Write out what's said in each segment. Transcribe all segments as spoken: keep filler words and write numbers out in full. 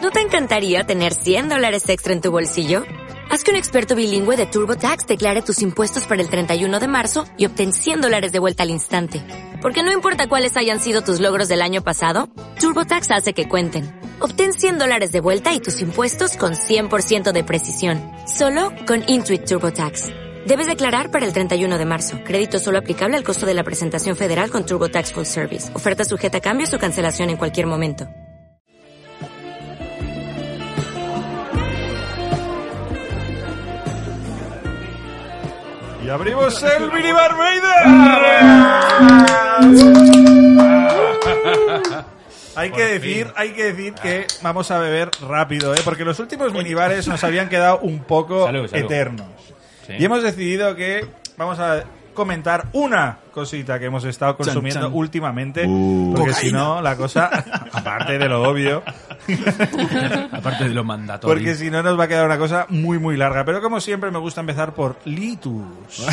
¿No te encantaría tener cien dólares extra en tu bolsillo? Haz que un experto bilingüe de TurboTax declare tus impuestos para el treinta y uno de marzo y obtén cien dólares de vuelta al instante. Porque no importa cuáles hayan sido tus logros del año pasado, TurboTax hace que cuenten. Obtén cien dólares de vuelta y tus impuestos con cien por ciento de precisión. Solo con Intuit TurboTax. Debes declarar para el treinta y uno de marzo. Crédito solo aplicable al costo de la presentación federal con TurboTax Full Service. Oferta sujeta a cambios o cancelación en cualquier momento. Y abrimos el Minibar Raider. Hay que decir, hay que decir que vamos a beber rápido, ¿eh? Porque los últimos minibares nos habían quedado un poco salud, salud. eternos. Sí. Y hemos decidido que vamos a comentar una cosita que hemos estado consumiendo chan, chan. últimamente, Uh, porque si no, la cosa, aparte de lo obvio, Aparte de lo mandatorio. porque si no nos va a quedar una cosa muy muy larga. Pero como siempre me gusta empezar por Litus.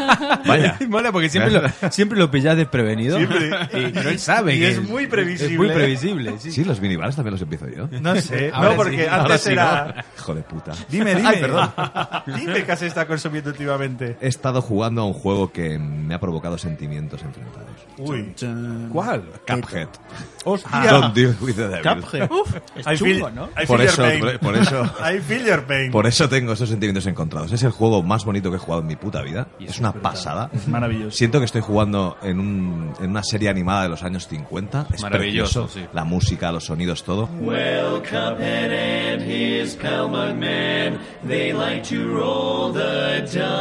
Vaya. Mola porque siempre lo, siempre lo pillas desprevenido. Siempre. Y no él sabe. Y que es muy previsible. Es muy previsible, sí. Sí, los minibares también los empiezo yo. No sé, Ahora no, porque sí, antes Ahora sí, era... ¿no? Hijo de puta. Dime, dime. Ay, perdón. Dime qué has estado consumiendo últimamente. He estado jugando a un juego que me ha provocado sentimientos enfrentados. Uy. Chan. ¿Cuál? Cuphead. Hostia. Don't deal with the devil. Cuphead. Uf, es I chungo, feel- ¿no? I Por feel eso, your pain. por, por eso, I feel your pain. por eso tengo esos sentimientos encontrados. Es el juego más bonito que he jugado en mi puta vida. Es una pasada. Es maravilloso. Siento que estoy jugando en, un, en una serie animada de los años cincuenta. Es Maravilloso, precioso. sí. La música, los sonidos, todo. Well, Cuphead and his pal Mugman, they like to roll the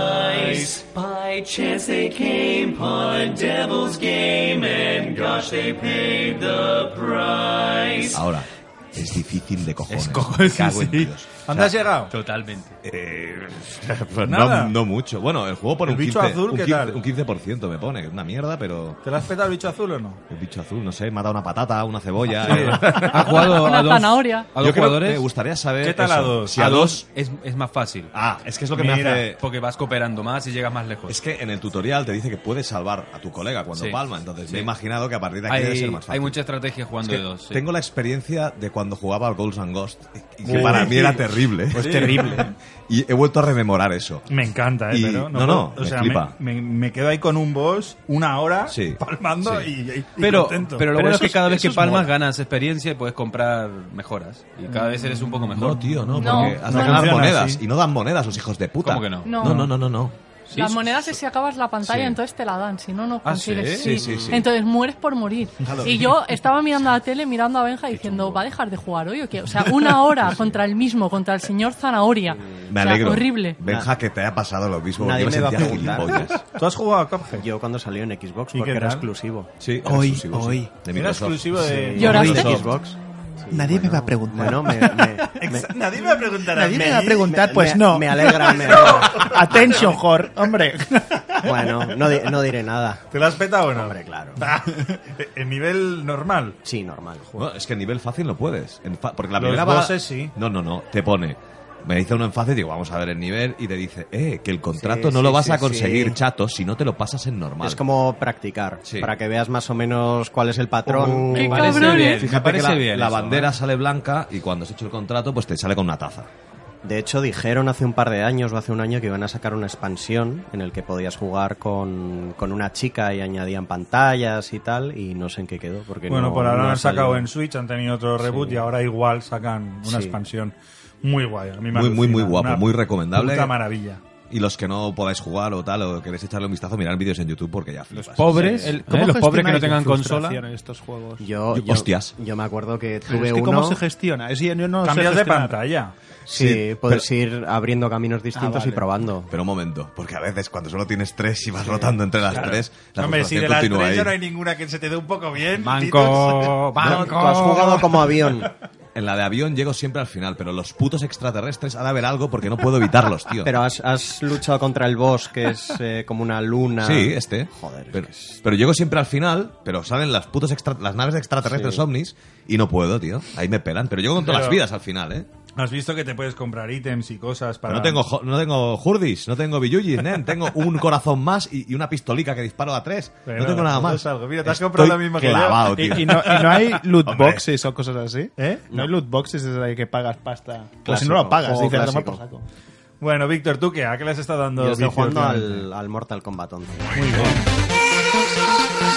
dice. By chance they came upon a devil's game, and gosh, they paid the price. Ahora, es difícil de cojones. Es cojones, Me cago en sí. Dios. ¿Dónde has llegado? Totalmente. Eh, pues Nada. no, no mucho. Bueno, el juego pone ¿El un bicho quince, azul un qué quince, tal? un quince por ciento me pone. Una mierda, pero... ¿Te lo has petado el bicho azul o no? El bicho azul, no sé, me ha dado una patata, una cebolla... Sí. eh. ¿Ha jugado Una a dos, zanahoria. a dos Yo creo que jugadores? me gustaría saber... ¿Qué tal eso. a dos? Si a, dos... es, es más fácil. Ah, es que es lo que Mira. me hace... Porque vas cooperando más y llegas más lejos. Es que en el tutorial te dice que puedes salvar a tu colega cuando Sí. palma, entonces Sí. me he imaginado que a partir de aquí debe ser hay, más fácil. hay mucha estrategia jugando Es que de dos. sí. Tengo la experiencia de cuando jugaba al Ghouls and Ghosts y que Uy, para mí sí. era terrible. Pues terrible. Y he vuelto a rememorar eso. Me encanta, ¿eh? Y- Pero no, no, puedo- o me sea, flipa. Me, me- me quedo ahí con un boss una hora Sí. palmando Sí. y, y- y Pero, contento. pero lo Pero bueno eso es que cada es- vez que eso es palmas mola. ganas experiencia y puedes comprar mejoras. Y cada vez eres un poco mejor. No, tío, no, No, porque has no de ganar funciona monedas así. y no dan monedas los hijos de puta. ¿Cómo que no? No. No, no, no, no, no. Sí, Las sí, monedas sí. es si acabas la pantalla, Sí. entonces te la dan, si no, no Ah, consigues. ¿sí? Sí, sí, sí. Entonces mueres por morir. Y yo estaba mirando la tele, mirando a Benja diciendo, ¿va a dejar de jugar hoy o qué? O sea, una hora contra el mismo, contra el señor Zanahoria. Me O sea, alegro. horrible. Benja, que te haya pasado lo mismo. Nadie porque me va a sentía preguntar. gilipollas. ¿Tú has jugado a Cuphead? Yo cuando salió en Xbox, ¿Y porque qué era tal? exclusivo. Sí, era Hoy, exclusivo, sí. hoy. De Era Microsoft. exclusivo de... ¿Lloraste? De Xbox. Nadie me va a preguntar. Bueno, me, me, me- Ex- Nadie me va a preguntar a Nadie mí. me va a preguntar, me- pues me- no. Me alegra, me alegra. Attention, Jor, hombre. Bueno, no, di- no diré nada. ¿Te lo has petado o no? Hombre, claro. ¿En nivel normal? Sí, normal. No, es que en nivel fácil no puedes. En fa- porque la Los primera va- bosses sí. No, no, no. Te pone. Me dice uno en fácil y digo, vamos a ver el nivel. Y te dice, eh, que el contrato Sí, no sí, lo vas sí, a conseguir, sí. chato, si no te lo pasas en normal. Es como practicar, Sí. para que veas más o menos cuál es el patrón. ¡Qué parece cabrones! bien. Fíjate Me parece que la, bien la eso, bandera ¿eh? sale blanca y cuando has hecho el contrato, pues te sale con una taza. De hecho, dijeron hace un par de años o hace un año que iban a sacar una expansión en el que podías jugar con, con una chica y añadían pantallas y tal, y no sé en qué quedó. Porque Bueno, no- por ahora no lo ha han sacado salido. en Switch, han tenido otro reboot Sí. y ahora igual sacan una Sí. expansión muy guay. A mí me Muy, muy, muy alucina. guapo, Una muy recomendable. Puta maravilla. Y los que no podáis jugar o tal, o queréis echarle un vistazo, mirad vídeos en YouTube porque ya flipas. Pobres, El- ¿eh? ¿Cómo los pobres que no gestionáis tengan la consola. frustración en estos juegos? Yo, Yo- yo- hostias. yo me acuerdo que Pero tuve es que uno... ¿cómo se gestiona? Es, yo no sé Cambias de gestionar. pantalla. Sí, Sí, puedes ir abriendo caminos distintos vale. y probando. Pero un momento, porque a veces cuando solo tienes tres y vas rotando entre las tres, la Hombre, si frustración de las continúa tres ahí. ya no hay ninguna que se te dé un poco bien. Manco, Titus. No, manco. tú has jugado como avión. En la de avión llego siempre al final, pero los putos extraterrestres ha de haber algo porque no puedo evitarlos, tío. Pero has, has luchado contra el boss, que es eh, como una luna. Sí, este. Joder, es Pero, que es- pero llego siempre al final, pero salen las putos extra- las naves extraterrestres Sí. ovnis y no puedo, tío. Ahí me pelan. Pero llego con todas Pero- las vidas al final, ¿eh? Has visto que te puedes comprar ítems y cosas para... No tengo, jo- no tengo hurdis, no tengo billullis, nen. Tengo un corazón más y, y una pistolica que disparo a tres. Pero no tengo nada eso más. es algo. Mira, te has Estoy comprado lo mismo que yo. clavado, ¿Y, tío. y no, y no hay loot Hombre. boxes o cosas así? ¿Eh? ¿No, hay loot boxes desde ahí que pagas pasta? O si Clásico, no lo pagas, juego dices, toma clásico. por saco. Bueno, Víctor, ¿tú qué? ¿A qué le has estado dando Yo estoy vicio jugando últimamente? al, al Mortal Kombat once. Muy bien.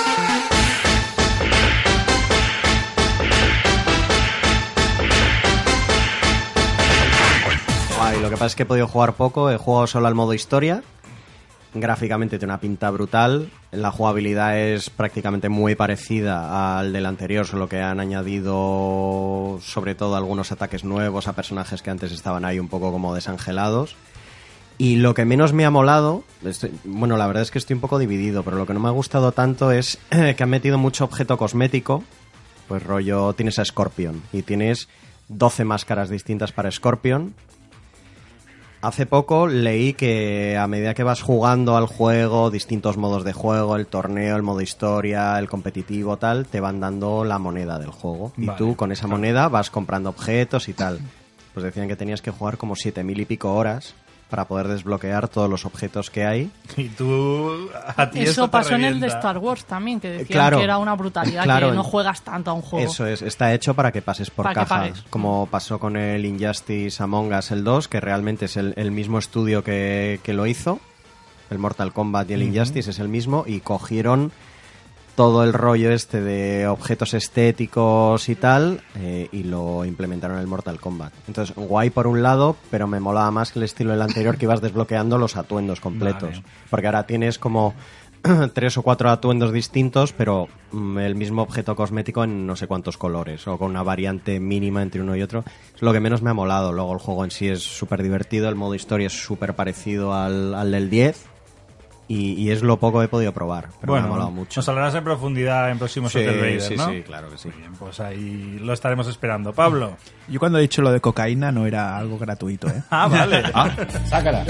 Guay, lo que pasa es que he podido jugar poco, he jugado solo al modo historia. Gráficamente tiene una pinta brutal, la jugabilidad es prácticamente muy parecida al del anterior, solo que han añadido sobre todo algunos ataques nuevos a personajes que antes estaban ahí un poco como desangelados. Y lo que menos me ha molado, estoy- bueno, la verdad es que estoy un poco dividido, pero lo que no me ha gustado tanto es que han metido mucho objeto cosmético, pues rollo, tienes a Scorpion y tienes doce máscaras distintas para Scorpion. Hace poco leí que a medida que vas jugando al juego, distintos modos de juego, el torneo, el modo historia, el competitivo, tal, te van dando la moneda del juego. Y Vale, tú con esa moneda vas comprando objetos y tal. Pues decían que tenías que jugar como siete mil y pico horas para poder desbloquear todos los objetos que hay. Y tú... A ti Eso te pasó en el de revienta. Star Wars también, que decían Claro. que era una brutalidad, Claro. que no juegas tanto a un juego. Eso es, está hecho para que pases por Para que caja, pagues. como pasó con el Injustice Among Us el dos, que realmente es el, el mismo estudio que, que lo hizo, el Mortal Kombat y el Injustice es el mismo, y cogieron todo el rollo este de objetos estéticos y tal, eh, y lo implementaron en el Mortal Kombat. Entonces, guay por un lado, pero me molaba más que el estilo del anterior, que ibas desbloqueando los atuendos completos. Vale. Porque ahora tienes como tres o cuatro atuendos distintos, pero mm, el mismo objeto cosmético en no sé cuántos colores, o con una variante mínima entre uno y otro. Es lo que menos me ha molado. Luego el juego en sí es súper divertido, el modo historia es súper parecido al, al del diez, y, y es lo poco que he podido probar, pero Bueno, me ha molado mucho. nos hablarás en profundidad en próximos Sí, Hotel Raider, sí, ¿no? sí, claro que sí. Muy bien, pues ahí lo estaremos esperando. Pablo. Yo cuando he dicho lo de cocaína no era algo gratuito, ¿eh? Ah, vale. Sácala.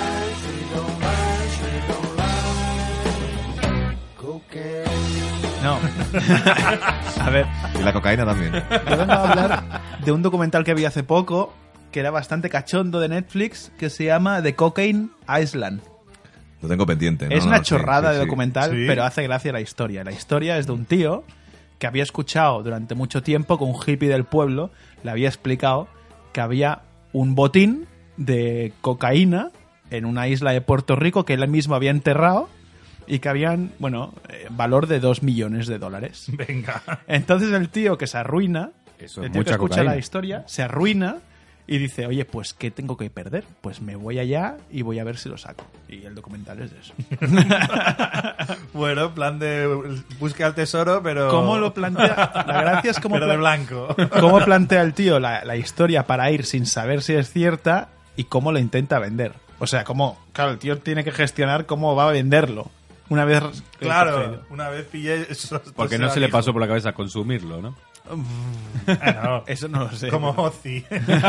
No. A ver, Y la cocaína también. yo vengo a hablar de un documental que vi hace poco, que era bastante cachondo de Netflix, que se llama The Cocaine Island. Lo tengo pendiente. Es no, una no, sí, chorrada sí, de sí. documental, Sí. pero hace gracia la historia. La historia es de un tío que había escuchado durante mucho tiempo que un hippie del pueblo le había explicado que había un botín de cocaína en una isla de Puerto Rico que él mismo había enterrado y que habían, bueno, eh, valor de dos millones de dólares. Venga. Entonces el tío que se arruina, Eso el es tío que mucha escucha cocaína. la historia, se arruina y dice, oye, pues ¿qué tengo que perder? Pues me voy allá y voy a ver si lo saco. Y el documental es de eso. Bueno, plan de busca al tesoro, pero... ¿Cómo lo plantea? La gracia es cómo, Pero de pla- blanco. cómo plantea el tío la, la historia para ir sin saber si es cierta y cómo lo intenta vender. O sea, cómo, claro, el tío tiene que gestionar cómo va a venderlo. Una vez... Claro, una vez pillé... esos- Porque esos no se le dijo. pasó por la cabeza consumirlo, ¿no? Bueno, Eso no lo sé. como Ozzy.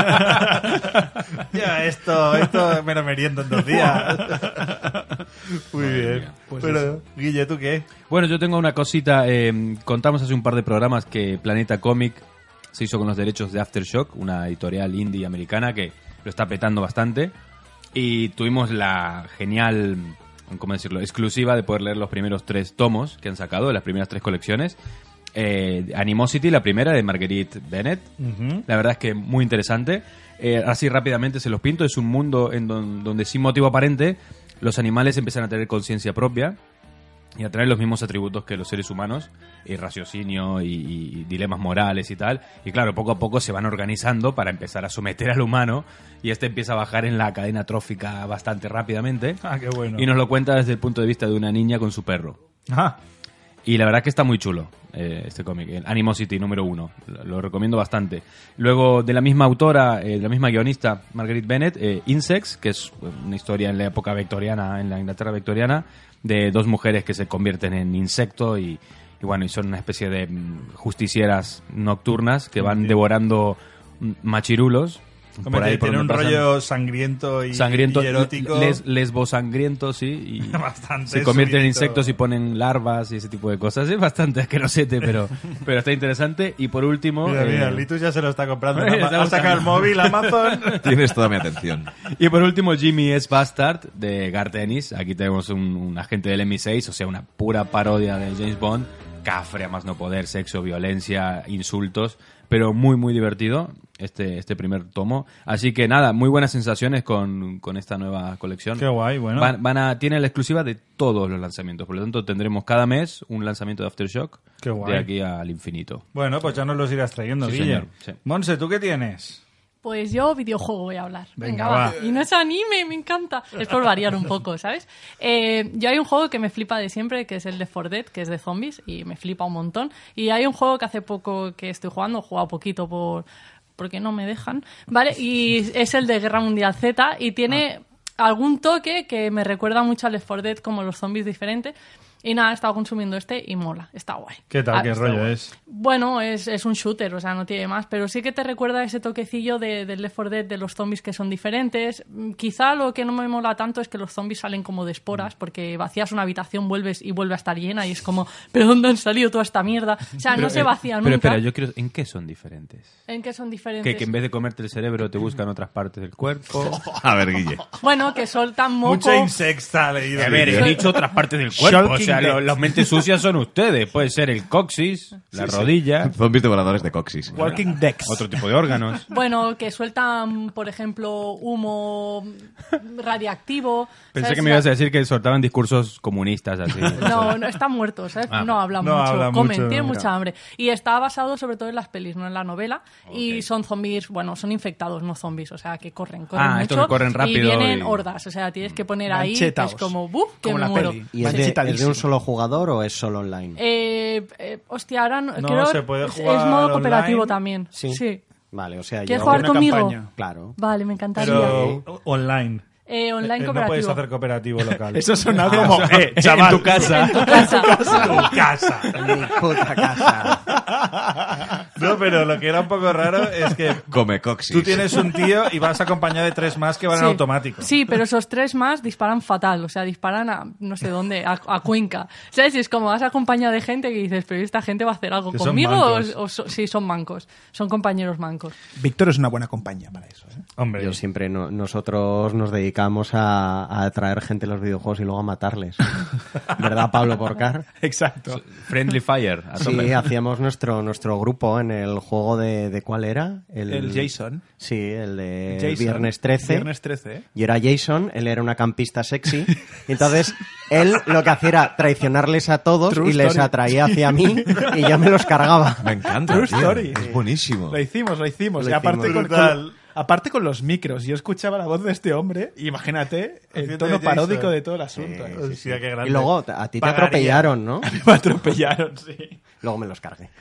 Ya, esto, esto me lo meriendo en dos días. Muy bien. mía. Pues Pero, Guille, ¿tú qué? Bueno, yo tengo una cosita. eh, contamos hace un par de programas que Planeta Comic se hizo con los derechos de Aftershock, una editorial indie americana que lo está petando bastante. Y tuvimos la genial, ¿cómo decirlo?, exclusiva de poder leer los primeros tres tomos que han sacado, de las primeras tres colecciones. Eh, Animosity, la primera de Marguerite Bennett. La verdad es que muy interesante. Eh, así rápidamente se los pinto. Es un mundo en don- donde sin motivo aparente los animales empiezan a tener conciencia propia y a tener los mismos atributos que los seres humanos, y raciocinio y, y dilemas morales y tal. Y claro, poco a poco se van organizando para empezar a someter al humano, y este empieza a bajar en la cadena trófica bastante rápidamente. Ah, qué bueno. Y nos lo cuenta desde el punto de vista de una niña con su perro. Ah, Y la verdad que está muy chulo eh, este cómic, el Animosity número uno. Lo, lo recomiendo bastante. Luego, de la misma autora, eh, de la misma guionista, Marguerite Bennett, eh, Insects, que es una historia en la época victoriana, en la Inglaterra victoriana, de dos mujeres que se convierten en insecto y, y bueno, y son una especie de mm, justicieras nocturnas que van devorando mm, machirulos Hombre, por ahí por tiene donde un pasan. rollo sangriento y, Sangriento, y erótico. les, lesbosangriento, sí. Y Bastante se convierten en subidito. insectos y ponen larvas y ese tipo de cosas. Es bastante asquerosete, pero, pero está interesante. Y por último... Mira, mira, eh, Litus ya se lo está comprando. Está Ha sacado el buscando. móvil, Amazon. Tienes toda mi atención. Y por último, Jimmy S. Bastard, de Garth Ennis. Aquí tenemos un, un agente del M I seis, o sea, una pura parodia de James Bond. Cafre, a más no poder, sexo, violencia, insultos, pero muy, muy divertido este, este primer tomo. Así que nada, muy buenas sensaciones con, con esta nueva colección. Qué guay, bueno. Van, van a, tiene la exclusiva de todos los lanzamientos, por lo tanto tendremos cada mes un lanzamiento de Aftershock. Qué guay. De aquí al infinito. Bueno, pues ya nos los irás trayendo, Sí, Guille. señor, sí. Monse, ¿tú qué tienes? Pues yo videojuego voy a hablar. Venga, Venga, va. va. Y no es anime, me encanta. Es por variar un poco, ¿sabes? Eh, yo hay un juego que me flipa de siempre, que es el Left four Dead, que es de zombies, y me flipa un montón. Y hay un juego que hace poco que estoy jugando, he jugado poquito por porque no me dejan, ¿vale? Y es el de Guerra Mundial Z, y tiene algún toque que me recuerda mucho a Left four Dead, como los zombies diferentes. Y nada, he estado consumiendo este y mola, está guay. ¿Qué tal? Ah, ¿Qué está rollo guay. es? Bueno, es, es un shooter, o sea, no tiene más, pero sí que te recuerda ese toquecillo de, de Left four Dead, de los zombies que son diferentes. Mm, Quizá lo que no me mola tanto es que los zombies salen como de esporas, porque vacías una habitación, vuelves y vuelve a estar llena y es como, ¿pero dónde han salido toda esta mierda? O sea, Pero, no se eh, vacía Pero nunca. espera, yo quiero... ¿En qué son diferentes? ¿En qué son diferentes? Que, que en vez de comerte el cerebro te buscan otras partes del cuerpo. A ver, Guille. Bueno, que soltan moco. Mucho insecta ha leído. A ver, Guille. he dicho otras partes del cuerpo. O Shulking sea, lo- Dead. los mentes sucias son ustedes. Puede ser el coxis, la rodilla, Zombies devoradores de coxis. Walking Decks. otro tipo de órganos. Bueno, que sueltan, por ejemplo, humo radiactivo. Pensé ¿sabes? que me ibas a decir que soltaban discursos comunistas así. No, no, está muerto, ¿sabes? Ah, no hablan no mucho, habla comen, mucho, tienen no. mucha hambre. Y está basado sobre todo en las pelis, no en la novela. Y son zombies, bueno, son infectados, no zombies, o sea, que corren, corren Ah, mucho. estos que corren rápido y vienen y- hordas, o sea, tienes que poner ahí, Manchetaos. es como, ¡buf! Que Como me la muero. peli. ¿Y es de, Manchitadísimo. es de un solo jugador o es solo online? Eh, eh, hostia, ahora no, No, creo se puede es- jugar es modo cooperativo online. también. Sí. Sí. Vale, o sea, ¿Quieres yo... jugar una conmigo? campaña. Claro. Vale, me encantaría. Pero online. Eh, online Eh, no cooperativo. puedes hacer cooperativo local. Eso suena como, eh, En chaval. tu casa. En tu casa. tu casa. En mi puta casa. No, pero lo que era un poco raro es que Come coxis. tú tienes un tío y vas acompañado de tres más que van Sí. en automático. Sí, pero esos tres más disparan fatal, o sea, disparan a no sé dónde, a, a Cuenca. ¿Sabes? Y es como vas acompañado de gente que dices, pero esta gente va a hacer algo Que son conmigo o, mancos. o so- sí, son mancos, son compañeros mancos. Víctor es una buena compañía para eso. ¿eh? Hombre, Yo siempre, no- nosotros nos dedicamos a, a atraer gente a los videojuegos y luego a matarles. ¿Verdad, Pablo Porcar? Exacto. Friendly Fire. A Sí, tope. hacíamos nuestro, nuestro grupo en el juego de... ¿De cuál era? El Jason. Sí, el de Jason. Viernes trece. Viernes trece, ¿eh? Yo era Jason, él era una campista sexy. Y entonces, él lo que hacía era traicionarles a todos True y les story. atraía hacia mí y yo me los cargaba. Me encanta, True tío. story. Es buenísimo. Lo hicimos, lo hicimos. Lo y aparte hicimos. con, Brutal. con- aparte con los micros. Yo escuchaba la voz de este hombre. y Imagínate el Haciendo tono de paródico Jason. de todo el asunto. ¿eh? hostia, qué grande. Y luego a ti te Pagaría. atropellaron, ¿no? Me atropellaron, sí. Luego me los cargué.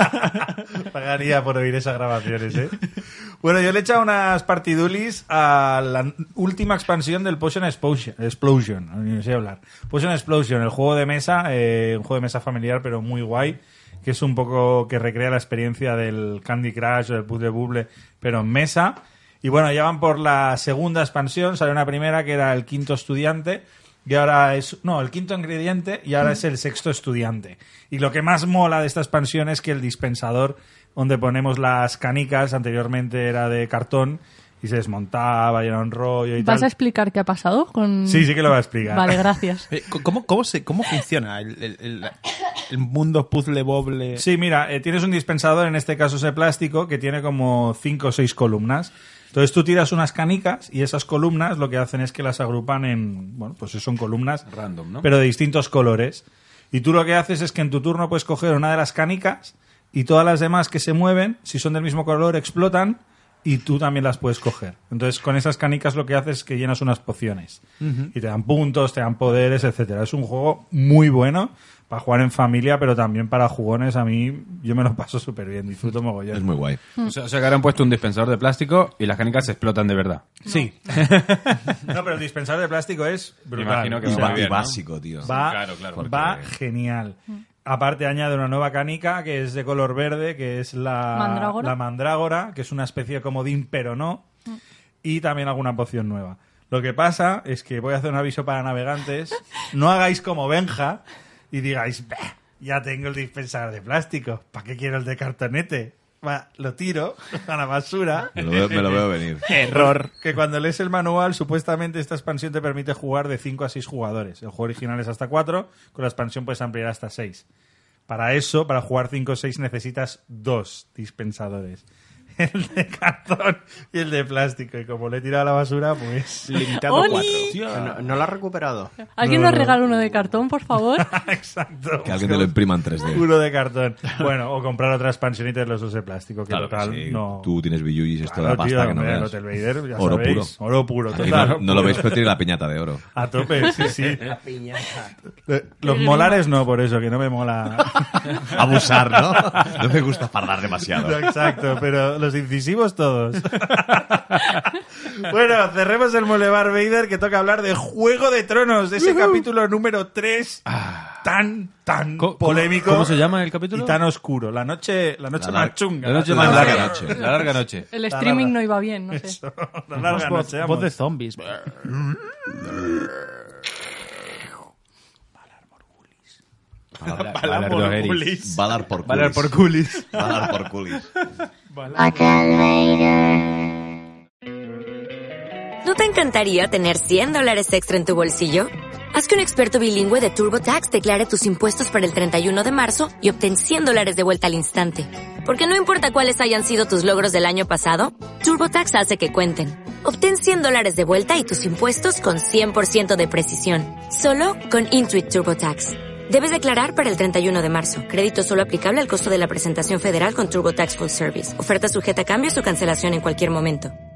Pagaría por oír esas grabaciones, ¿eh? Bueno, yo le he echado unas partidulis a la última expansión del Potion Explosion. Explosion, no sé hablar. Potion Explosion, el juego de mesa, eh, un juego de mesa familiar, pero muy guay, que es un poco que recrea la experiencia del Candy Crush o del Puzzle Bubble, pero en mesa. Y bueno, ya van por la segunda expansión, salió una primera que era el quinto estudiante, y ahora es, no, el quinto ingrediente, y ahora es el sexto estudiante. Y lo que más mola de esta expansión es que el dispensador donde ponemos las canicas, anteriormente era de cartón, y se desmontaba, y era un rollo y ¿Vas tal. a explicar qué ha pasado con...? Sí, sí que lo voy a explicar. Vale, gracias. Eh, ¿Cómo, cómo, se, cómo funciona el, el- el- el mundo puzzle boble? Sí, mira, eh, tienes un dispensador, en este caso es de plástico, que tiene como cinco o seis columnas. Entonces tú tiras unas canicas y esas columnas lo que hacen es que las agrupan en, bueno, pues son columnas Random, ¿no? pero de distintos colores. Y tú lo que haces es que en tu turno puedes coger una de las canicas y todas las demás que se mueven, si son del mismo color, explotan y tú también las puedes coger. Entonces con esas canicas lo que haces es que llenas unas pociones y te dan puntos, te dan poderes, etcétera. Es un juego muy bueno para jugar en familia, pero también para jugones. A mí, yo me lo paso súper bien, disfruto mogollón. Es muy guay. O sea, o sea que ahora han puesto un dispensador de plástico y las canicas se explotan de verdad. Sí. No, pero el dispensador de plástico es brutal. imagino que Y, va O sea, ba- bien, y ¿no? básico, tío. va, Claro, claro. va Porque- genial. Aparte añade una nueva canica que es de color verde, que es la Mandrágora. la mandrágora, que es una especie como de pero no. Y también alguna poción nueva. Lo que pasa es que voy a hacer un aviso para navegantes. No hagáis como Benja y digáis, "Bah, ya tengo el dispensador de plástico. ¿Para qué quiero el de cartonete?". Va, lo tiro a la basura. Me lo veo, me lo veo venir. Error. Que cuando lees el manual, supuestamente esta expansión te permite jugar de cinco a seis jugadores. El juego original es hasta cuatro, con la expansión puedes ampliar hasta seis. Para eso, para jugar cinco o seis, necesitas dos dispensadores. El de cartón y el de plástico. Y como le he tirado a la basura, pues... Limitado ¡Oli! cuatro. No, no lo has recuperado. ¿Alguien No, nos no. regala uno de cartón, por favor? Exacto. Que alguien te lo imprima en tres D. Uno de cartón. Bueno, o comprar otra expansión y tener los dos de plástico, que Claro que total sí. no... Tú tienes billuyis, esto de Claro, la tío, pasta que no hombre, el veas. Hotel Vader, ya Oro sabéis. puro. Oro puro, Aquí total. no, no lo veis, pero tiene la piñata de oro. A tope, sí, sí. Eh, Los molares no, por eso, que no me mola. Abusar, ¿no? No me gusta fardar demasiado. Exacto, pero los incisivos todos. Bueno, cerremos el Molebar Vader, que toca hablar de Juego de Tronos, de ese capítulo número tres, tan, tan Co- polémico. ¿Cómo se llama el capítulo? Y tan oscuro. La noche, la noche La más lar- chunga. La noche La más larga larga. noche. La larga noche. El La streaming larga. no iba bien, no sé. Eso, la larga Voz, noche, voz vamos. de zombies. Valar- Valar Valar por Doheris. culis. Valar por culis. Valar por culis. Valar por culis. ¿No te encantaría tener cien dólares extra en tu bolsillo? Haz que un experto bilingüe de TurboTax declare tus impuestos para el treinta y uno de marzo y obtén cien dólares de vuelta al instante. Porque no importa cuáles hayan sido tus logros del año pasado, TurboTax hace que cuenten. Obtén cien dólares de vuelta y tus impuestos con cien por ciento de precisión. Solo con Intuit TurboTax. Debes declarar para el treinta y uno de marzo. Crédito solo aplicable al costo de la presentación federal con TurboTax Full Service. Oferta sujeta a cambios o cancelación en cualquier momento.